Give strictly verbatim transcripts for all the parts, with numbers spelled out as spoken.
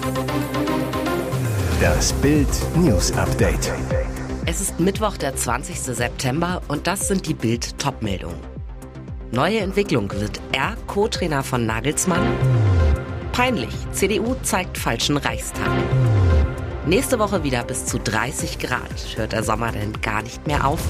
Das Bild News Update. Es ist Mittwoch, der zwanzigster September und das sind die Bild-Top-Meldungen. Neue Entwicklung, wird er Co-Trainer von Nagelsmann? Peinlich, C D U zeigt falschen Reichstag. Nächste Woche wieder bis zu dreißig Grad. Hört der Sommer denn gar nicht mehr auf?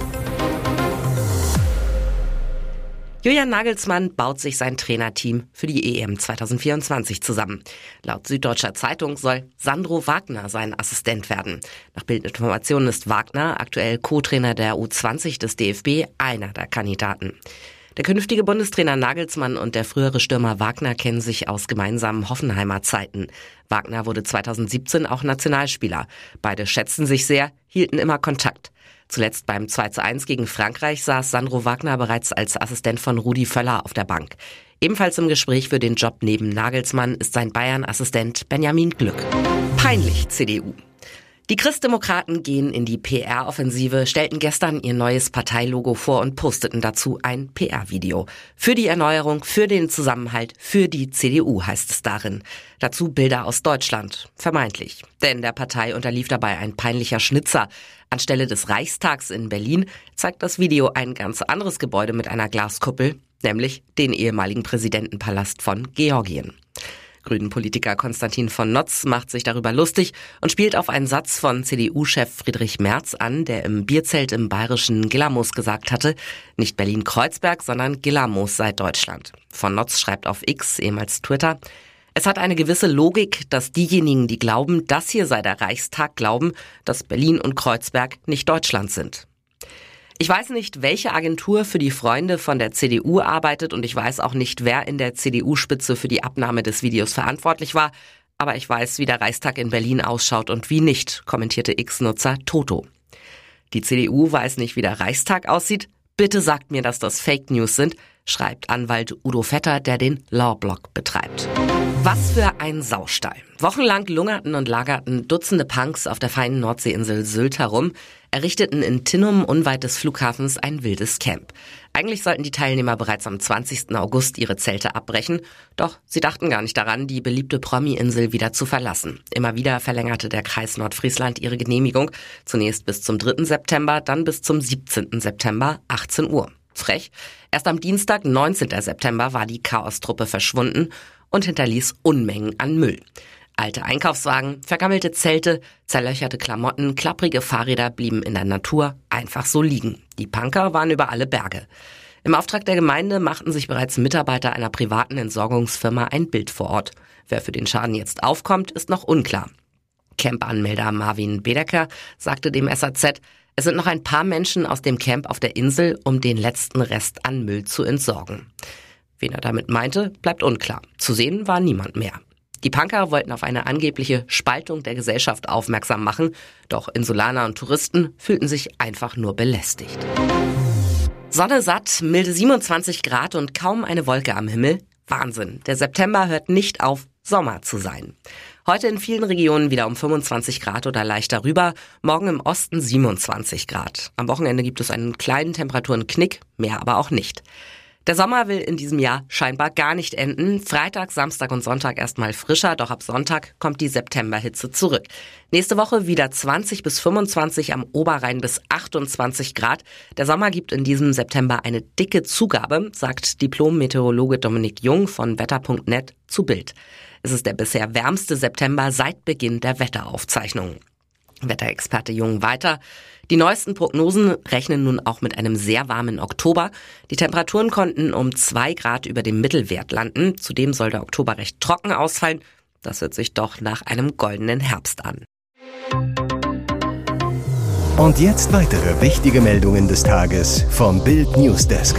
Julian Nagelsmann baut sich sein Trainerteam für die E M zwanzig vierundzwanzig zusammen. Laut Süddeutscher Zeitung soll Sandro Wagner sein Assistent werden. Nach Bildinformationen ist Wagner, aktuell Co-Trainer der U zwanzig des D F B, einer der Kandidaten. Der künftige Bundestrainer Nagelsmann und der frühere Stürmer Wagner kennen sich aus gemeinsamen Hoffenheimer Zeiten. Wagner wurde zweitausendsiebzehn auch Nationalspieler. Beide schätzten sich sehr, hielten immer Kontakt. Zuletzt beim zwei zu eins gegen Frankreich saß Sandro Wagner bereits als Assistent von Rudi Völler auf der Bank. Ebenfalls im Gespräch für den Job neben Nagelsmann ist sein Bayern-Assistent Benjamin Glück. Peinlich, C D U. Die Christdemokraten gehen in die P R-Offensive, stellten gestern ihr neues Parteilogo vor und posteten dazu ein P R-Video. Für die Erneuerung, für den Zusammenhalt, für die C D U heißt es darin. Dazu Bilder aus Deutschland. Vermeintlich. Denn der Partei unterlief dabei ein peinlicher Schnitzer. Anstelle des Reichstags in Berlin zeigt das Video ein ganz anderes Gebäude mit einer Glaskuppel, nämlich den ehemaligen Präsidentenpalast von Georgien. Grünen-Politiker Konstantin von Notz macht sich darüber lustig und spielt auf einen Satz von C D U-Chef Friedrich Merz an, der im Bierzelt im bayerischen Gillermoos gesagt hatte, nicht Berlin-Kreuzberg, sondern Gillermoos sei Deutschland. Von Notz schreibt auf X, ehemals Twitter, es hat eine gewisse Logik, dass diejenigen, die glauben, das hier sei der Reichstag, glauben, dass Berlin und Kreuzberg nicht Deutschland sind. Ich weiß nicht, welche Agentur für die Freunde von der C D U arbeitet und ich weiß auch nicht, wer in der C D U-Spitze für die Abnahme des Videos verantwortlich war, aber ich weiß, wie der Reichstag in Berlin ausschaut und wie nicht, kommentierte X-Nutzer Toto. Die C D U weiß nicht, wie der Reichstag aussieht? Bitte sagt mir, dass das Fake News sind, schreibt Anwalt Udo Vetter, der den Lawblog betreibt. Was für ein Saustall. Wochenlang lungerten und lagerten Dutzende Punks auf der feinen Nordseeinsel Sylt herum, errichteten in Tinnum unweit des Flughafens ein wildes Camp. Eigentlich sollten die Teilnehmer bereits am zwanzigsten August ihre Zelte abbrechen, doch sie dachten gar nicht daran, die beliebte Promi-Insel wieder zu verlassen. Immer wieder verlängerte der Kreis Nordfriesland ihre Genehmigung, zunächst bis zum dritten September, dann bis zum siebzehnten September, achtzehn Uhr. Frech. Erst am Dienstag, neunzehnten September, war die Chaostruppe verschwunden und hinterließ Unmengen an Müll. Alte Einkaufswagen, vergammelte Zelte, zerlöcherte Klamotten, klapprige Fahrräder blieben in der Natur einfach so liegen. Die Punker waren über alle Berge. Im Auftrag der Gemeinde machten sich bereits Mitarbeiter einer privaten Entsorgungsfirma ein Bild vor Ort. Wer für den Schaden jetzt aufkommt, ist noch unklar. Camp-Anmelder Marvin Bedecker sagte dem S A Z, es sind noch ein paar Menschen aus dem Camp auf der Insel, um den letzten Rest an Müll zu entsorgen. Wen er damit meinte, bleibt unklar. Zu sehen war niemand mehr. Die Punker wollten auf eine angebliche Spaltung der Gesellschaft aufmerksam machen, doch Insulaner und Touristen fühlten sich einfach nur belästigt. Sonne satt, milde siebenundzwanzig Grad und kaum eine Wolke am Himmel. Wahnsinn, der September hört nicht auf, Sommer zu sein. Heute in vielen Regionen wieder um fünfundzwanzig Grad oder leicht darüber, morgen im Osten siebenundzwanzig Grad. Am Wochenende gibt es einen kleinen Temperaturenknick, mehr aber auch nicht. Der Sommer will in diesem Jahr scheinbar gar nicht enden. Freitag, Samstag und Sonntag erstmal frischer, doch ab Sonntag kommt die Septemberhitze zurück. Nächste Woche wieder zwanzig bis fünfundzwanzig, am Oberrhein bis achtundzwanzig Grad. Der Sommer gibt in diesem September eine dicke Zugabe, sagt Diplom-Meteorologe Dominik Jung von wetter punkt net zu Bild. Es ist der bisher wärmste September seit Beginn der Wetteraufzeichnungen. Wetterexperte Jung weiter. Die neuesten Prognosen rechnen nun auch mit einem sehr warmen Oktober. Die Temperaturen konnten um zwei Grad über dem Mittelwert landen. Zudem soll der Oktober recht trocken ausfallen. Das hört sich doch nach einem goldenen Herbst an. Und jetzt weitere wichtige Meldungen des Tages vom Bild Newsdesk.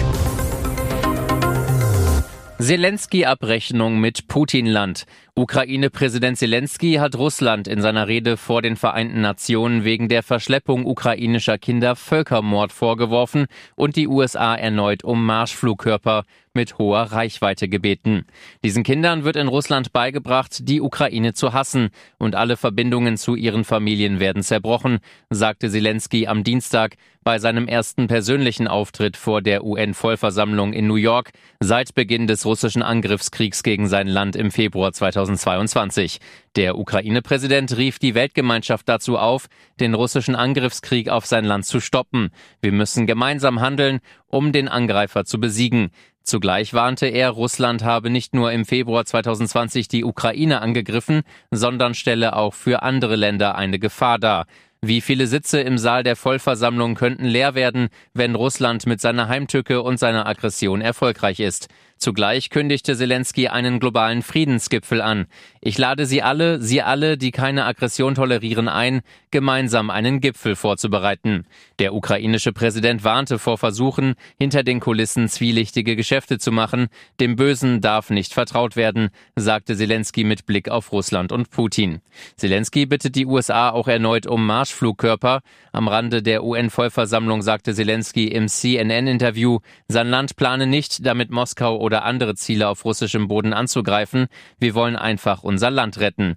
Zelensky-Abrechnung mit Putinland. Ukraine-Präsident Zelensky hat Russland in seiner Rede vor den Vereinten Nationen wegen der Verschleppung ukrainischer Kinder Völkermord vorgeworfen und die U S A erneut um Marschflugkörper. mit hoher Reichweite gebeten. Diesen Kindern wird in Russland beigebracht, die Ukraine zu hassen und alle Verbindungen zu ihren Familien werden zerbrochen, sagte Selenskyj am Dienstag bei seinem ersten persönlichen Auftritt vor der U N-Vollversammlung in New York seit Beginn des russischen Angriffskriegs gegen sein Land im Februar zweitausendzweiundzwanzig. Der Ukraine-Präsident rief die Weltgemeinschaft dazu auf, den russischen Angriffskrieg auf sein Land zu stoppen. Wir müssen gemeinsam handeln, um den Angreifer zu besiegen. Zugleich warnte er, Russland habe nicht nur im Februar zweitausendzwanzig die Ukraine angegriffen, sondern stelle auch für andere Länder eine Gefahr dar. Wie viele Sitze im Saal der Vollversammlung könnten leer werden, wenn Russland mit seiner Heimtücke und seiner Aggression erfolgreich ist? Zugleich kündigte Selenskyj einen globalen Friedensgipfel an. Ich lade Sie alle, Sie alle, die keine Aggression tolerieren, ein, gemeinsam einen Gipfel vorzubereiten. Der ukrainische Präsident warnte vor Versuchen, hinter den Kulissen zwielichtige Geschäfte zu machen. Dem Bösen darf nicht vertraut werden, sagte Selenskyj mit Blick auf Russland und Putin. Selenskyj bittet die U S A auch erneut um Marschflugkörper. Am Rande der U N-Vollversammlung sagte Selenskyj im C N N-Interview, sein Land plane nicht, damit Moskau oder oder andere Ziele auf russischem Boden anzugreifen. Wir wollen einfach unser Land retten.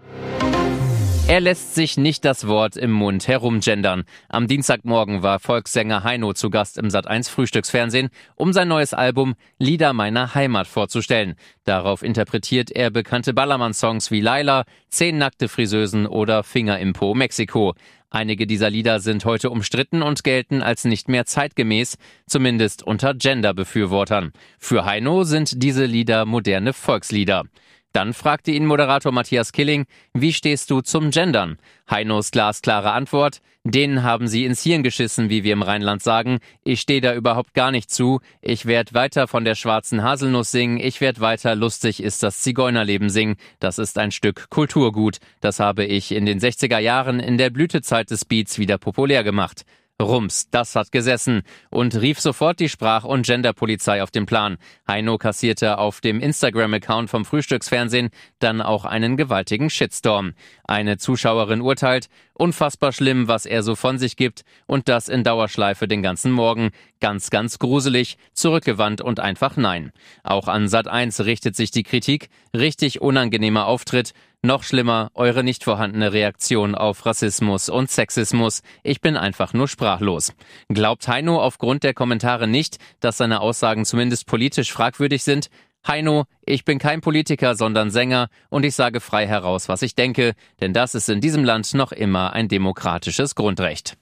Er lässt sich nicht das Wort im Mund herumgendern. Am Dienstagmorgen war Volkssänger Heino zu Gast im Sat eins Frühstücksfernsehen, um sein neues Album Lieder meiner Heimat vorzustellen. Darauf interpretiert er bekannte Ballermann-Songs wie Laila, Zehn nackte Friseusen oder Finger im Po Mexiko. Einige dieser Lieder sind heute umstritten und gelten als nicht mehr zeitgemäß, zumindest unter Gender-Befürwortern. Für Heino sind diese Lieder moderne Volkslieder. Dann fragte ihn Moderator Matthias Killing, wie stehst du zum Gendern? Heinos glasklare Antwort, denen haben sie ins Hirn geschissen, wie wir im Rheinland sagen. Ich stehe da überhaupt gar nicht zu. Ich werde weiter von der schwarzen Haselnuss singen. Ich werde weiter lustig ist das Zigeunerleben singen. Das ist ein Stück Kulturgut. Das habe ich in den sechziger Jahren in der Blütezeit des Beats wieder populär gemacht. Rums, das hat gesessen und rief sofort die Sprach- und Genderpolizei auf den Plan. Heino kassierte auf dem Instagram-Account vom Frühstücksfernsehen dann auch einen gewaltigen Shitstorm. Eine Zuschauerin urteilt, unfassbar schlimm, was er so von sich gibt und das in Dauerschleife den ganzen Morgen. Ganz, ganz gruselig, zurückgewandt und einfach nein. Auch an Sat eins richtet sich die Kritik. Richtig unangenehmer Auftritt. Noch schlimmer, eure nicht vorhandene Reaktion auf Rassismus und Sexismus. Ich bin einfach nur sprachlos. Glaubt Heino aufgrund der Kommentare nicht, dass seine Aussagen zumindest politisch fragwürdig sind? Heino, ich bin kein Politiker, sondern Sänger und ich sage frei heraus, was ich denke, denn das ist in diesem Land noch immer ein demokratisches Grundrecht.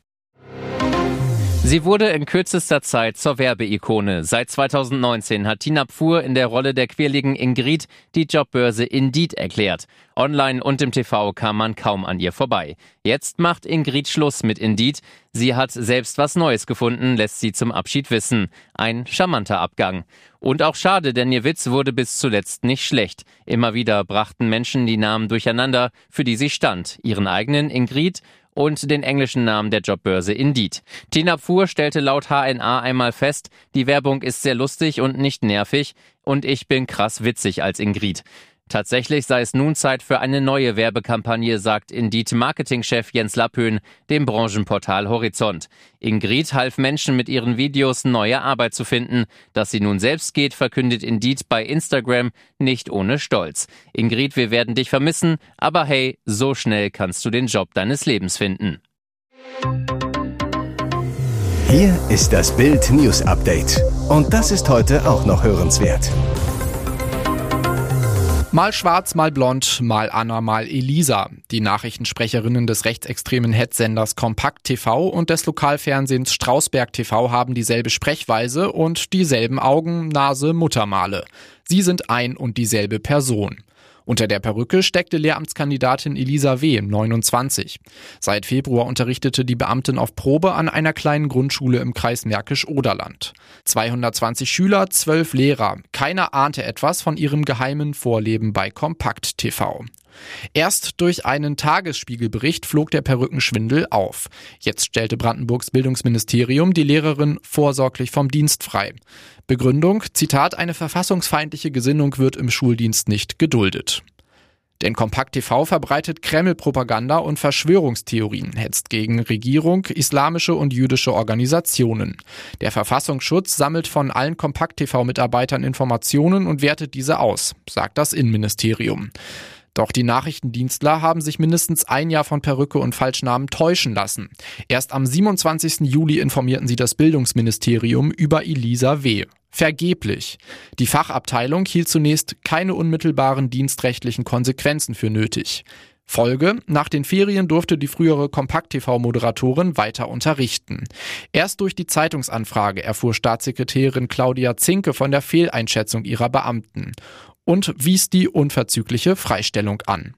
Sie wurde in kürzester Zeit zur Werbeikone. Seit zweitausendneunzehn hat Tina Pfuhr in der Rolle der quirligen Ingrid die Jobbörse Indeed erklärt. Online und im T V kam man kaum an ihr vorbei. Jetzt macht Ingrid Schluss mit Indeed. Sie hat selbst was Neues gefunden, lässt sie zum Abschied wissen. Ein charmanter Abgang. Und auch schade, denn ihr Witz wurde bis zuletzt nicht schlecht. Immer wieder brachten Menschen die Namen durcheinander, für die sie stand. Ihren eigenen Ingrid und den englischen Namen der Jobbörse Indeed. Tina Pfuhr stellte laut H N A einmal fest, die Werbung ist sehr lustig und nicht nervig und ich bin krass witzig als Ingrid. Tatsächlich sei es nun Zeit für eine neue Werbekampagne, sagt Indeed-Marketingchef Jens Lappöhn dem Branchenportal Horizont. Ingrid half Menschen mit ihren Videos neue Arbeit zu finden. Dass sie nun selbst geht, verkündet Indeed bei Instagram nicht ohne Stolz. Ingrid, wir werden dich vermissen, aber hey, so schnell kannst du den Job deines Lebens finden. Hier ist das Bild News Update. Und das ist heute auch noch hörenswert. Mal schwarz, mal blond, mal Anna, mal Elisa. Die Nachrichtensprecherinnen des rechtsextremen Hetzsenders Kompakt T V und des Lokalfernsehens Strausberg T V haben dieselbe Sprechweise und dieselben Augen, Nase, Muttermale. Sie sind ein und dieselbe Person. Unter der Perücke steckte Lehramtskandidatin Elisa W., neunundzwanzig. Seit Februar unterrichtete die Beamtin auf Probe an einer kleinen Grundschule im Kreis Märkisch-Oderland. zweihundertzwanzig Schüler, zwölf Lehrer. Keiner ahnte etwas von ihrem geheimen Vorleben bei Kompakt T V. Erst durch einen Tagesspiegelbericht flog der Perückenschwindel auf. Jetzt stellte Brandenburgs Bildungsministerium die Lehrerin vorsorglich vom Dienst frei. Begründung, Zitat, eine verfassungsfeindliche Gesinnung wird im Schuldienst nicht geduldet. Denn Kompakt T V verbreitet Kreml-Propaganda und Verschwörungstheorien, hetzt gegen Regierung, islamische und jüdische Organisationen. Der Verfassungsschutz sammelt von allen Kompakt T V-Mitarbeitern Informationen und wertet diese aus, sagt das Innenministerium. Doch die Nachrichtendienstler haben sich mindestens ein Jahr von Perücke und Falschnamen täuschen lassen. Erst am siebenundzwanzigsten Juli informierten sie das Bildungsministerium über Elisa W. Vergeblich. Die Fachabteilung hielt zunächst keine unmittelbaren dienstrechtlichen Konsequenzen für nötig. Folge: Nach den Ferien durfte die frühere Kompakt T V-Moderatorin weiter unterrichten. Erst durch die Zeitungsanfrage erfuhr Staatssekretärin Claudia Zinke von der Fehleinschätzung ihrer Beamten und wies die unverzügliche Freistellung an.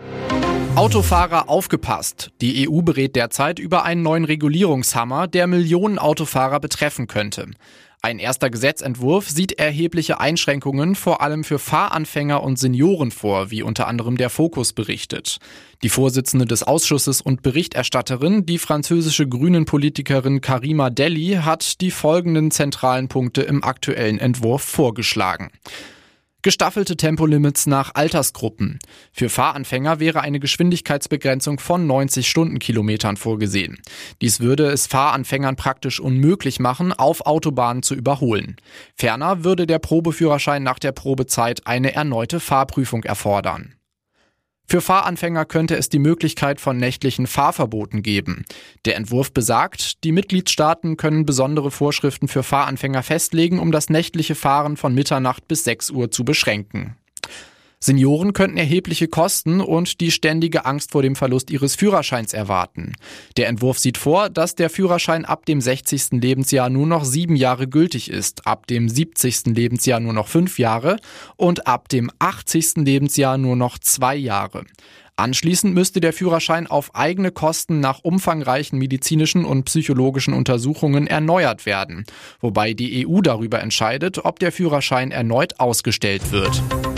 Autofahrer aufgepasst! Die E U berät derzeit über einen neuen Regulierungshammer, der Millionen Autofahrer betreffen könnte. Ein erster Gesetzentwurf sieht erhebliche Einschränkungen vor allem für Fahranfänger und Senioren vor, wie unter anderem der Fokus berichtet. Die Vorsitzende des Ausschusses und Berichterstatterin, die französische Grünen-Politikerin Karima Delli, hat die folgenden zentralen Punkte im aktuellen Entwurf vorgeschlagen. Gestaffelte Tempolimits nach Altersgruppen. Für Fahranfänger wäre eine Geschwindigkeitsbegrenzung von neunzig Stundenkilometern vorgesehen. Dies würde es Fahranfängern praktisch unmöglich machen, auf Autobahnen zu überholen. Ferner würde der Probeführerschein nach der Probezeit eine erneute Fahrprüfung erfordern. Für Fahranfänger könnte es die Möglichkeit von nächtlichen Fahrverboten geben. Der Entwurf besagt, die Mitgliedstaaten können besondere Vorschriften für Fahranfänger festlegen, um das nächtliche Fahren von Mitternacht bis sechs Uhr zu beschränken. Senioren könnten erhebliche Kosten und die ständige Angst vor dem Verlust ihres Führerscheins erwarten. Der Entwurf sieht vor, dass der Führerschein ab dem sechzigsten Lebensjahr nur noch sieben Jahre gültig ist, ab dem siebzigsten Lebensjahr nur noch fünf Jahre und ab dem achtzigsten Lebensjahr nur noch zwei Jahre. Anschließend müsste der Führerschein auf eigene Kosten nach umfangreichen medizinischen und psychologischen Untersuchungen erneuert werden, wobei die E U darüber entscheidet, ob der Führerschein erneut ausgestellt wird.